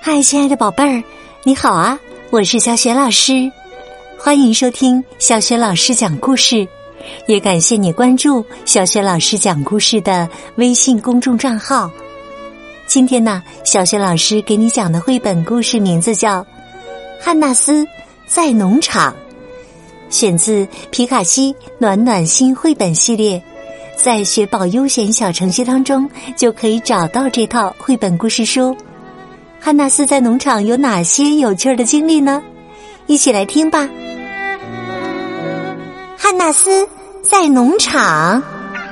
嗨，亲爱的宝贝儿，你好啊！我是小雪老师，欢迎收听小雪老师讲故事，也感谢你关注小雪老师讲故事的微信公众账号。今天呢，小雪老师给你讲的绘本故事名字叫《汉纳斯在农场》，选自皮卡西暖暖心绘本系列，在雪宝优选小程序当中就可以找到这套绘本故事书。汉纳斯在农场有哪些有趣的经历呢？一起来听吧。汉纳斯在农场。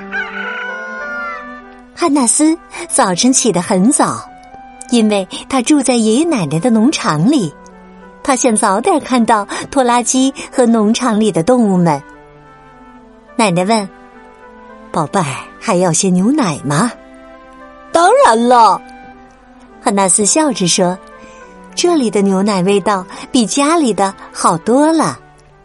汉纳斯早晨起得很早，因为他住在爷爷奶奶的农场里，他想早点看到拖拉机和农场里的动物们。奶奶问：宝贝儿，还要些牛奶吗？ 当然了， 汉纳斯笑着说，这里的牛奶味道比家里的好多了。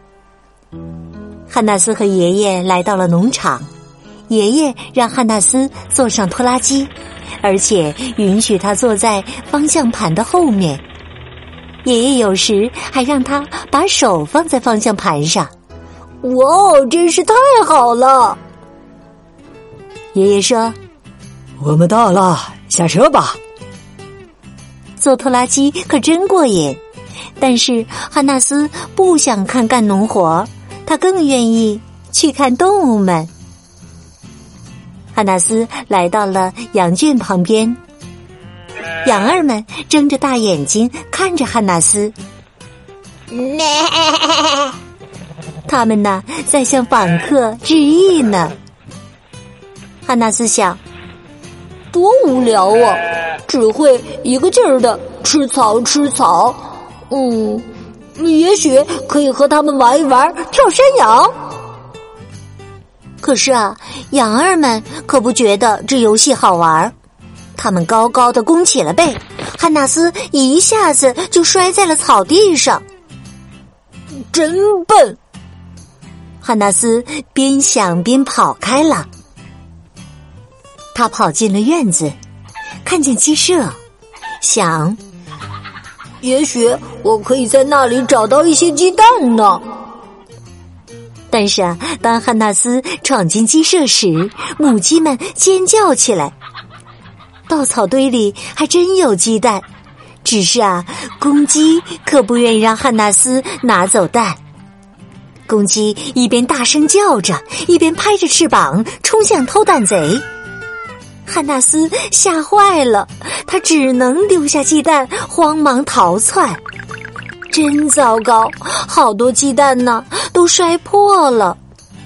汉纳斯和爷爷来到了农场，爷爷让汉纳斯坐上拖拉机，而且允许他坐在方向盘的后面。爷爷有时还让他把手放在方向盘上。 哇，真是太好了！ 爷爷说： 我们到了，下车吧。 坐拖拉机可真过瘾，但是汉纳斯不想看干农活，他更愿意去看动物们。汉纳斯来到了羊圈旁边，羊儿们睁着大眼睛看着汉纳斯，他们呢在向访客致意呢。汉纳斯想， 多无聊啊，只会一个劲儿的吃草吃草。也许可以和他们玩一玩跳山羊。 可是啊，羊儿们可不觉得这游戏好玩，他们高高的弓起了背，汉纳斯一下子就摔在了草地上。 真笨！ 汉纳斯边想边跑开了。他跑进了院子，看见鸡舍，想， 也许我可以在那里找到一些鸡蛋呢。 但是啊，当汉纳斯闯进鸡舍时，母鸡们尖叫起来。稻草堆里还真有鸡蛋，只是啊，公鸡可不愿意让汉纳斯拿走蛋。公鸡一边大声叫着，一边拍着翅膀冲向偷蛋贼。汉纳斯吓坏了，他只能丢下鸡蛋，慌忙逃窜。真糟糕，好多鸡蛋呢，都摔破了。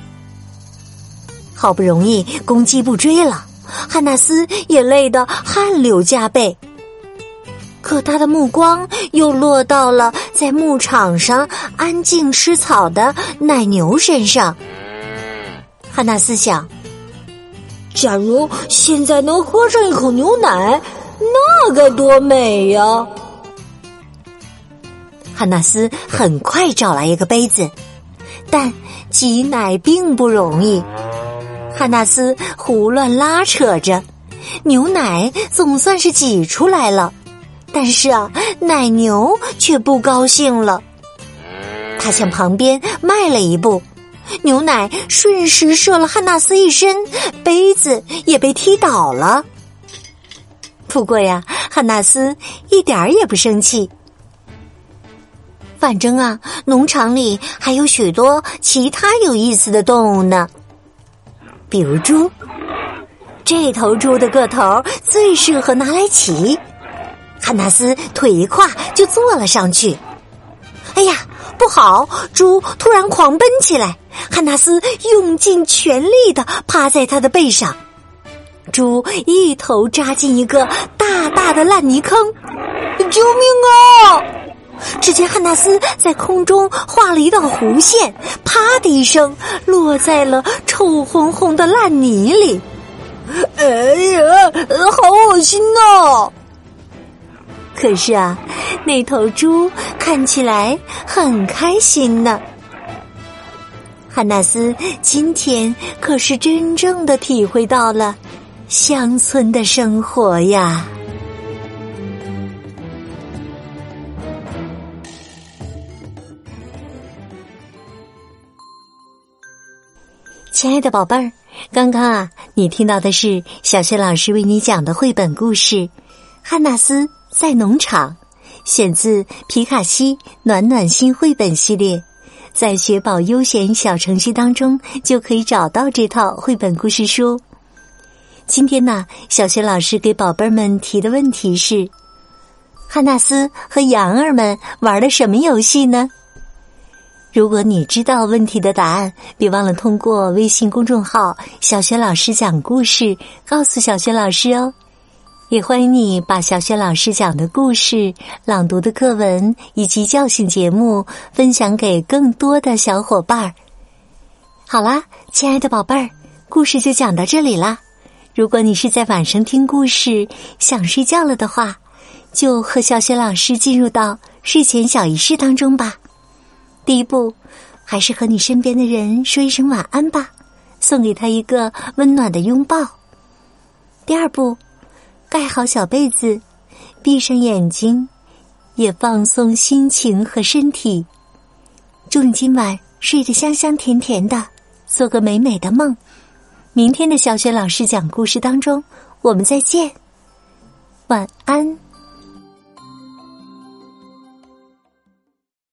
好不容易公鸡不追了，汉纳斯也累得汗流浃背。可他的目光又落到了在牧场上安静吃草的奶牛身上。汉纳斯想， 假如现在能喝上一口牛奶，那该多美呀！ 汉纳斯很快找来一个杯子，但挤奶并不容易。汉纳斯胡乱拉扯着，牛奶总算是挤出来了，但是啊，奶牛却不高兴了。他向旁边迈了一步，牛奶瞬时射了汉纳斯一身，杯子也被踢倒了。不过呀，汉纳斯一点儿也不生气。反正啊，农场里还有许多其他有意思的动物呢，比如猪。这头猪的个头最适合拿来骑。汉纳斯腿一跨就坐了上去。哎呀，不好！猪突然狂奔起来，汉纳斯用尽全力地趴在他的背上。猪一头扎进一个大大的烂泥坑。 救命啊！ 只见汉纳斯在空中画了一道弧线，啪的一声落在了臭烘烘的烂泥里。 哎呀，好恶心呐！ 可是啊，那头猪看起来很开心呢。汉纳斯今天可是真正的体会到了乡村的生活呀。 亲爱的宝贝儿，刚刚你听到的是小雪老师为你讲的绘本故事《汉纳斯在农场》，选自皮卡西暖暖心绘本系列，在雪宝优选小程序当中就可以找到这套绘本故事书。今天呢，小雪老师给宝贝们提的问题是：汉纳斯和羊儿们玩了什么游戏呢？如果你知道问题的答案，别忘了通过微信公众号小雪老师讲故事告诉小雪老师哦。也欢迎你把小雪老师讲的故事、朗读的课文以及叫醒节目分享给更多的小伙伴。好啦，亲爱的宝贝儿，故事就讲到这里啦。如果你是在晚上听故事想睡觉了的话，就和小雪老师进入到睡前小仪式当中吧。第一步，还是和你身边的人说一声晚安吧，送给他一个温暖的拥抱。第二步，盖好小被子，闭上眼睛，也放松心情和身体。祝你今晚睡得香香甜甜的，做个美美的梦。明天的小雪老师讲故事当中，我们再见，晚安。